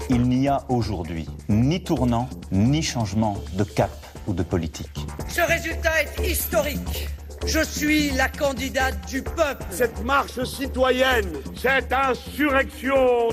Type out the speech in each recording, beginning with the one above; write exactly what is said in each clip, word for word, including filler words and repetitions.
Il n'y a aujourd'hui ni tournant, ni changement de cap ou de politique. Ce résultat est historique. Je suis la candidate du peuple. Cette marche citoyenne, cette insurrection.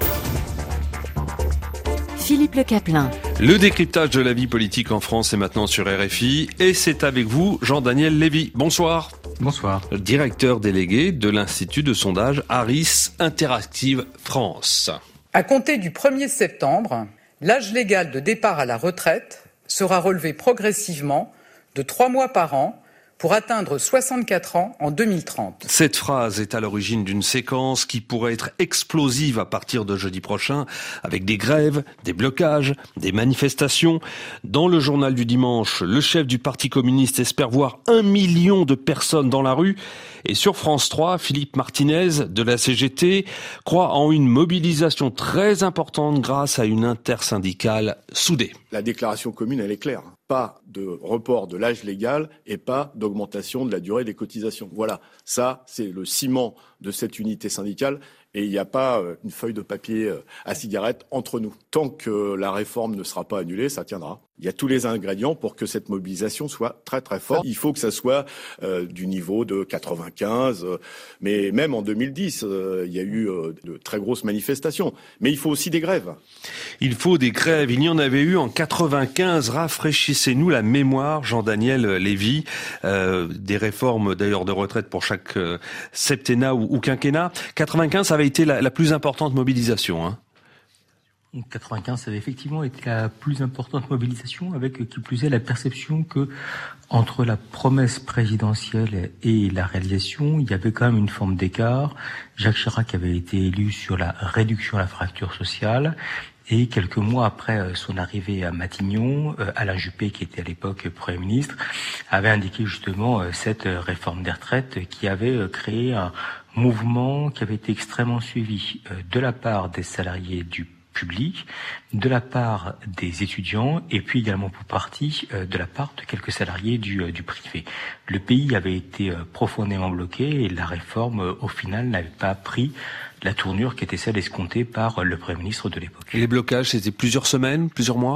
Philippe Le Caplin. Le décryptage de la vie politique en France est maintenant sur R F I et c'est avec vous Jean-Daniel Lévy. Bonsoir. Bonsoir. Directeur délégué de l'Institut de sondage Harris Interactive France. À compter du premier septembre, l'âge légal de départ à la retraite sera relevé progressivement de trois mois par an pour atteindre soixante-quatre ans en deux mille trente. Cette phrase est à l'origine d'une séquence qui pourrait être explosive à partir de jeudi prochain, avec des grèves, des blocages, des manifestations. Dans le journal du dimanche, le chef du Parti communiste espère voir un million de personnes dans la rue. Et sur France trois, Philippe Martinez de la C G T croit en une mobilisation très importante grâce à une intersyndicale soudée. La déclaration commune, elle est claire. Pas de report de l'âge légal et pas d'augmentation de la durée des cotisations. Voilà, ça, c'est le ciment de cette unité syndicale et il n'y a pas une feuille de papier à cigarette entre nous. Tant que la réforme ne sera pas annulée, ça tiendra. Il y a tous les ingrédients pour que cette mobilisation soit très très forte. Il faut que ça soit euh, du niveau de quatre-vingt-quinze, euh, mais même en deux mille dix, euh, il y a eu euh, de très grosses manifestations. Mais il faut aussi des grèves. Il faut des grèves. Il y en avait eu en quatre-vingt-quinze. Rafraîchissez-nous la mémoire, Jean-Daniel Lévy. Euh, des réformes d'ailleurs de retraite pour chaque euh, septennat ou, ou quinquennat. quatre-vingt-quinze, ça avait été la, la plus importante mobilisation, hein. quatre-vingt-quinze, ça avait effectivement été la plus importante mobilisation, avec qui plus est la perception que entre la promesse présidentielle et la réalisation, il y avait quand même une forme d'écart. Jacques Chirac avait été élu sur la réduction de la fracture sociale. Et quelques mois après son arrivée à Matignon, Alain Juppé, qui était à l'époque Premier ministre, avait indiqué justement cette réforme des retraites qui avait créé un mouvement qui avait été extrêmement suivi de la part des salariés du public, de la part des étudiants et puis également pour partie euh, de la part de quelques salariés du, euh, du privé. Le pays avait été euh, profondément bloqué et la réforme euh, au final n'avait pas pris la tournure qui était celle escomptée par euh, le Premier ministre de l'époque. Et les blocages, c'était plusieurs semaines, plusieurs mois ?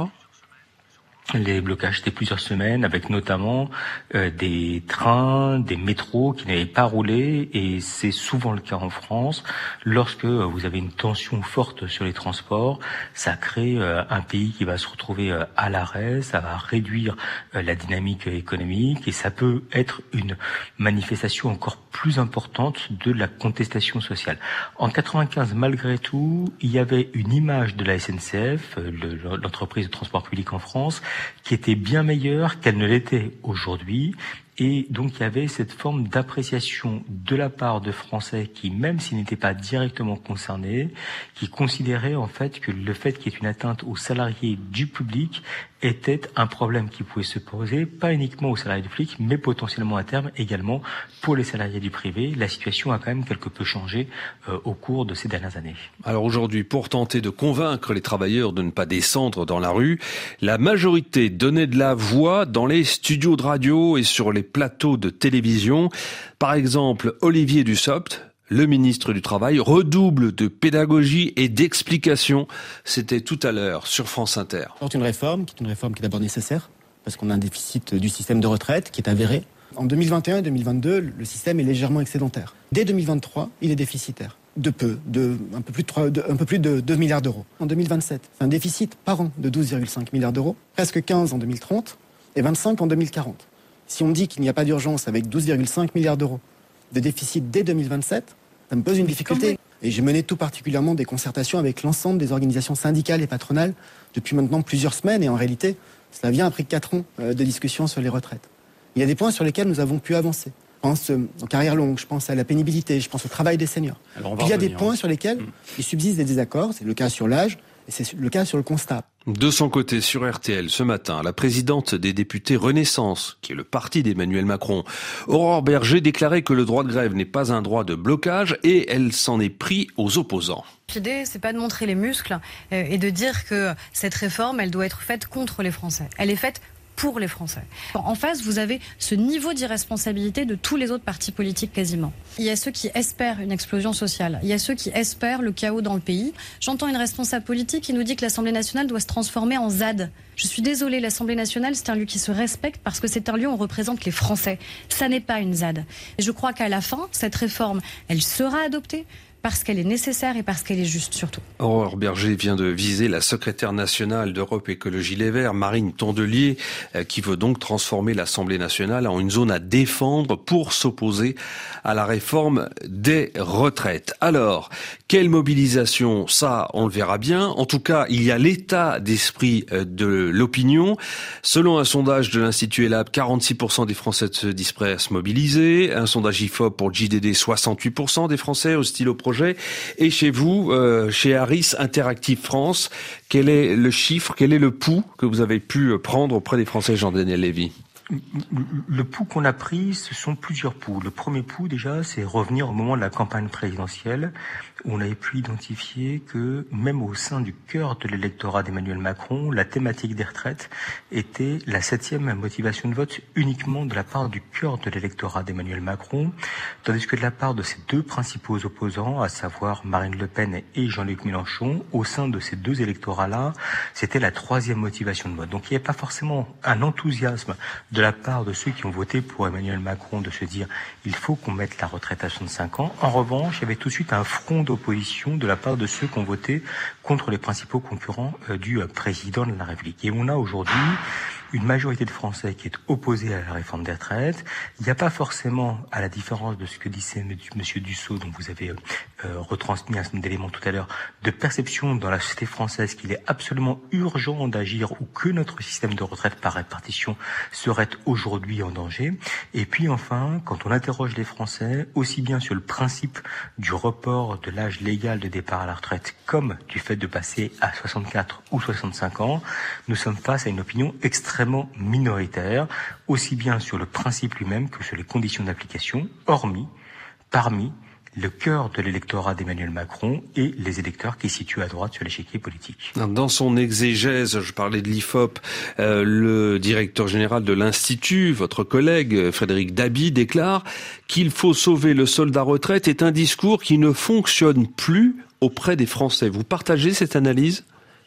Les blocages étaient plusieurs semaines, avec notamment euh, des trains, des métros qui n'avaient pas roulé, et c'est souvent le cas en France. Lorsque euh, vous avez une tension forte sur les transports, ça crée euh, un pays qui va se retrouver euh, à l'arrêt, ça va réduire euh, la dynamique économique, et ça peut être une manifestation encore plus importante de la contestation sociale. En quatre-vingt-quinze, malgré tout, il y avait une image de la S N C F, euh, le, l'entreprise de transport public en France, qui était bien meilleure qu'elle ne l'était aujourd'hui. Et donc il y avait cette forme d'appréciation de la part de Français qui, même s'ils n'étaient pas directement concernés, qui considéraient en fait que le fait qu'il y ait une atteinte aux salariés du public était un problème qui pouvait se poser, pas uniquement aux salariés du public, mais potentiellement à terme également pour les salariés du privé. La situation a quand même quelque peu changé euh, au cours de ces dernières années. Alors aujourd'hui, pour tenter de convaincre les travailleurs de ne pas descendre dans la rue, la majorité donnait de la voix dans les studios de radio et sur les plateaux de télévision. Par exemple, Olivier Dussopt, le ministre du Travail, redouble de pédagogie et d'explication. C'était tout à l'heure sur France Inter. C'est une réforme qui est une réforme qui est d'abord nécessaire, parce qu'on a un déficit du système de retraite qui est avéré. En deux mille vingt et un et deux mille vingt-deux, le système est légèrement excédentaire. Dès deux mille vingt-trois, il est déficitaire. De peu, de un peu plus de, trois, de, un peu plus de deux milliards d'euros. En deux mille vingt-sept, c'est un déficit par an de douze virgule cinq milliards d'euros, presque quinze en deux mille trente et vingt-cinq en deux mille quarante. Si on me dit qu'il n'y a pas d'urgence avec douze virgule cinq milliards d'euros de déficit dès deux mille vingt-sept, ça me pose une difficulté. Et j'ai mené tout particulièrement des concertations avec l'ensemble des organisations syndicales et patronales depuis maintenant plusieurs semaines. Et en réalité, cela vient après quatre ans de discussions sur les retraites. Il y a des points sur lesquels nous avons pu avancer. Je pense aux carrières longues, je pense à la pénibilité, je pense au travail des seniors. Alors Puis il y a des points sur lesquels mmh. il subsiste des désaccords. C'est le cas sur l'âge et c'est le cas sur le constat. De son côté, sur R T L, ce matin, la présidente des députés Renaissance, qui est le parti d'Emmanuel Macron, Aurore Berger, déclarait que le droit de grève n'est pas un droit de blocage et elle s'en est pris aux opposants. L'idée, c'est pas de montrer les muscles et de dire que cette réforme, elle doit être faite contre les Français. Elle est faite pour les Français. En face, vous avez ce niveau d'irresponsabilité de tous les autres partis politiques quasiment. Il y a ceux qui espèrent une explosion sociale. Il y a ceux qui espèrent le chaos dans le pays. J'entends une responsable politique qui nous dit que l'Assemblée nationale doit se transformer en Z A D. Je suis désolée, l'Assemblée nationale, c'est un lieu qui se respecte parce que c'est un lieu où on représente les Français. Ça n'est pas une Z A D. Et je crois qu'à la fin, cette réforme, elle sera adoptée parce qu'elle est nécessaire et parce qu'elle est juste surtout. Aurore Berger vient de viser la secrétaire nationale d'Europe Écologie Les Verts, Marine Tondelier, qui veut donc transformer l'Assemblée nationale en une zone à défendre pour s'opposer à la réforme des retraites. Alors, quelle mobilisation? Ça, on le verra bien. En tout cas, il y a l'état d'esprit de l'opinion. Selon un sondage de l'Institut Elab, quarante-six pour cent des Français se disent prêts à se mobiliser. Un sondage I F O P pour J D D, soixante-huit pour cent des Français hostiles au projet. Et chez vous, euh, chez Harris Interactive France, quel est le chiffre, quel est le pouls que vous avez pu prendre auprès des Français, Jean-Daniel Lévy? Le pouls qu'on a pris, ce sont plusieurs pouls. Le premier pouls, déjà, c'est revenir au moment de la campagne présidentielle, où on avait pu identifier que, même au sein du cœur de l'électorat d'Emmanuel Macron, la thématique des retraites était la septième motivation de vote uniquement de la part du cœur de l'électorat d'Emmanuel Macron, tandis que de la part de ses deux principaux opposants, à savoir Marine Le Pen et Jean-Luc Mélenchon, au sein de ces deux électorats-là, c'était la troisième motivation de vote. Donc il n'y avait pas forcément un enthousiasme de la part de ceux qui ont voté pour Emmanuel Macron de se dire il faut qu'on mette la retraite à soixante-cinq ans. En revanche, il y avait tout de suite un front d'opposition de la part de ceux qui ont voté contre les principaux concurrents euh, du euh, président de la République. Et on a aujourd'hui une majorité de Français qui est opposée à la réforme des retraites. Il n'y a pas forcément, à la différence de ce que disait Monsieur Dussault, dont vous avez euh, retransmis un certain nombre d'éléments tout à l'heure, de perception dans la société française qu'il est absolument urgent d'agir ou que notre système de retraite par répartition serait aujourd'hui en danger. Et puis enfin, quand on interroge les Français, aussi bien sur le principe du report de l'âge légal de départ à la retraite comme du fait de passer à soixante-quatre ou soixante-cinq ans, nous sommes face à une opinion extrêmement minoritaire, aussi bien sur le principe lui-même que sur les conditions d'application, hormis, parmi le cœur de l'électorat d'Emmanuel Macron et les électeurs qui se situent à droite sur l'échiquier politique. Dans son exégèse, je parlais de l'I F O P, euh, le directeur général de l'Institut, votre collègue Frédéric Dabi, déclare qu'il faut sauver le soldat retraite est un discours qui ne fonctionne plus auprès des Français. Vous partagez cette analyse ?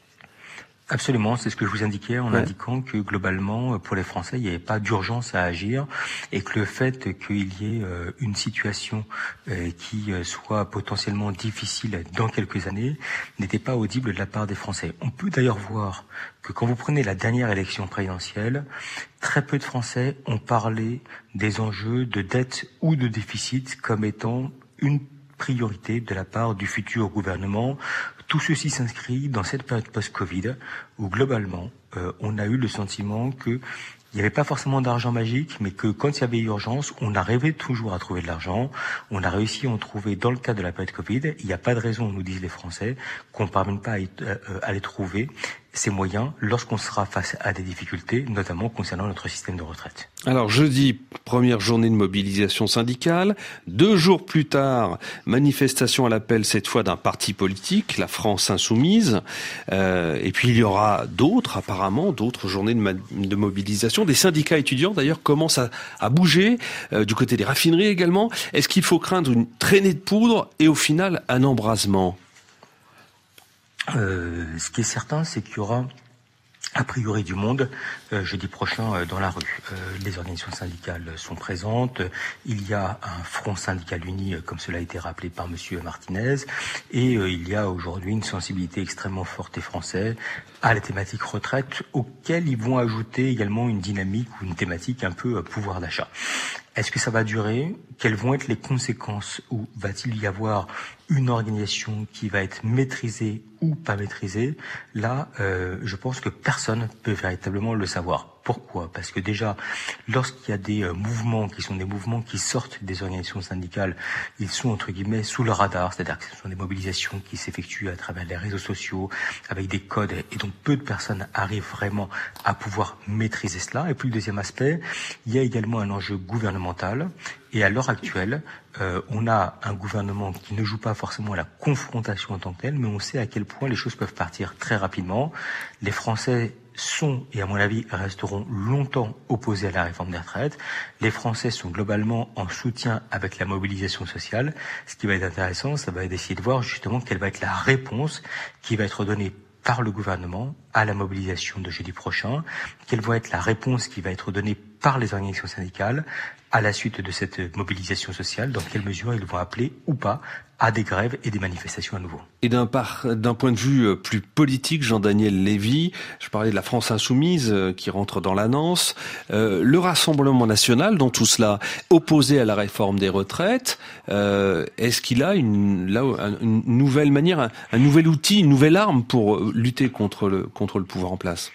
Absolument, c'est ce que je vous indiquais en ouais. indiquant que globalement, pour les Français, il n'y avait pas d'urgence à agir et que le fait qu'il y ait une situation qui soit potentiellement difficile dans quelques années n'était pas audible de la part des Français. On peut d'ailleurs voir que quand vous prenez la dernière élection présidentielle, très peu de Français ont parlé des enjeux de dette ou de déficit comme étant une priorité de la part du futur gouvernement. Tout ceci s'inscrit dans cette période post-Covid où globalement, euh, on a eu le sentiment que il n'y avait pas forcément d'argent magique, mais que quand il y avait urgence, on arrivait toujours à trouver de l'argent. On a réussi à en trouver dans le cadre de la période Covid. Il n'y a pas de raison, nous disent les Français, qu'on ne parvienne pas à, y, euh, à les trouver, ces moyens, lorsqu'on sera face à des difficultés, notamment concernant notre système de retraite. Alors jeudi, première journée de mobilisation syndicale. Deux jours plus tard, manifestation à l'appel cette fois d'un parti politique, la France Insoumise. Euh, et puis il y aura d'autres, apparemment, d'autres journées de, ma- de mobilisation. Des syndicats étudiants, d'ailleurs, commencent à, à bouger, euh, du côté des raffineries également. Est-ce qu'il faut craindre une traînée de poudre et au final un embrasement ? Euh, ce qui est certain, c'est qu'il y aura a priori du monde euh, jeudi prochain euh, dans la rue. Euh, les organisations syndicales sont présentes. Il y a un front syndical uni, euh, comme cela a été rappelé par Monsieur Martinez, et euh, il y a aujourd'hui une sensibilité extrêmement forte des Français à la thématique retraite, auquel ils vont ajouter également une dynamique ou une thématique un peu euh, pouvoir d'achat. Est-ce que ça va durer ? Quelles vont être les conséquences ? Ou va-t-il y avoir une organisation qui va être maîtrisée ou pas maîtrisée ? Là, euh, je pense que personne peut véritablement le savoir. Pourquoi ? Parce que déjà, lorsqu'il y a des euh, mouvements qui sont des mouvements qui sortent des organisations syndicales, ils sont entre guillemets sous le radar, c'est-à-dire que ce sont des mobilisations qui s'effectuent à travers les réseaux sociaux, avec des codes, et donc peu de personnes arrivent vraiment à pouvoir maîtriser cela. Et puis le deuxième aspect, il y a également un enjeu gouvernemental. Et à l'heure actuelle, euh, on a un gouvernement qui ne joue pas forcément à la confrontation en tant que telle, mais on sait à quel point les choses peuvent partir très rapidement. Les Français sont, et à mon avis, resteront longtemps opposés à la réforme des retraites. Les Français sont globalement en soutien avec la mobilisation sociale. Ce qui va être intéressant, ça va être d'essayer de voir justement quelle va être la réponse qui va être donnée par le gouvernement à la mobilisation de jeudi prochain, quelle va être la réponse qui va être donnée par les organisations syndicales à la suite de cette mobilisation sociale, dans quelle mesure ils vont appeler ou pas à des grèves et des manifestations à nouveau. Et d'un par, d'un point de vue plus politique, Jean-Daniel Lévy, je parlais de la France insoumise euh, qui rentre dans la Nance, euh, le Rassemblement national dans tout cela, opposé à la réforme des retraites, euh, est-ce qu'il a une, là, une nouvelle manière, un, un nouvel outil, une nouvelle arme pour lutter contre le, contre le pouvoir en place?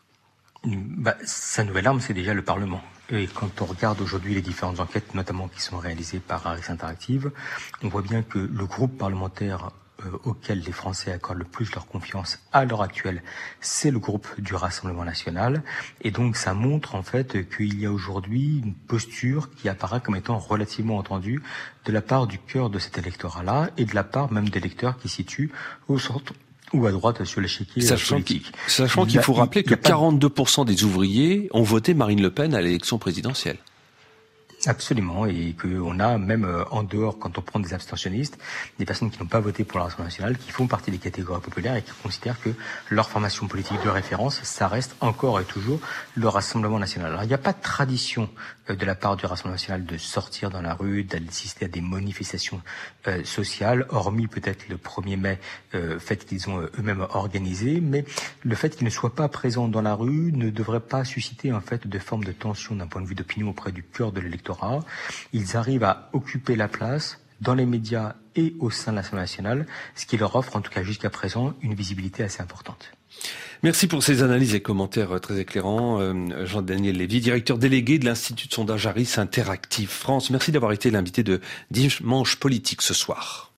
Bah, sa nouvelle arme, c'est déjà le Parlement. Et quand on regarde aujourd'hui les différentes enquêtes, notamment qui sont réalisées par Harris Interactive, on voit bien que le groupe parlementaire euh, auquel les Français accordent le plus leur confiance à l'heure actuelle, c'est le groupe du Rassemblement national. Et donc ça montre en fait qu'il y a aujourd'hui une posture qui apparaît comme étant relativement entendue de la part du cœur de cet électorat-là et de la part même d'électeurs qui se situent au centre ou à droite sur l'échiquier politique. Sachant qu'il faut rappeler que quarante-deux pour cent des ouvriers ont voté Marine Le Pen à l'élection présidentielle. Absolument, et qu'on a même euh, en dehors, quand on prend des abstentionnistes, des personnes qui n'ont pas voté pour le Rassemblement national, qui font partie des catégories populaires et qui considèrent que leur formation politique de référence, ça reste encore et toujours le Rassemblement national. Alors il n'y a pas de tradition euh, de la part du Rassemblement national de sortir dans la rue, d'assister à des manifestations euh, sociales, hormis peut-être le premier mai, euh, fait qu'ils ont euh, eux-mêmes organisé, mais le fait qu'ils ne soient pas présents dans la rue ne devrait pas susciter en fait de forme de tension d'un point de vue d'opinion auprès du cœur de l'électorat. Ils arrivent à occuper la place dans les médias et au sein de l'Assemblée nationale, ce qui leur offre, en tout cas jusqu'à présent, une visibilité assez importante. Merci pour ces analyses et commentaires très éclairants. Euh, Jean-Daniel Lévy, directeur délégué de l'Institut de sondage Harris Interactive France. Merci d'avoir été l'invité de Dimanche Politique ce soir.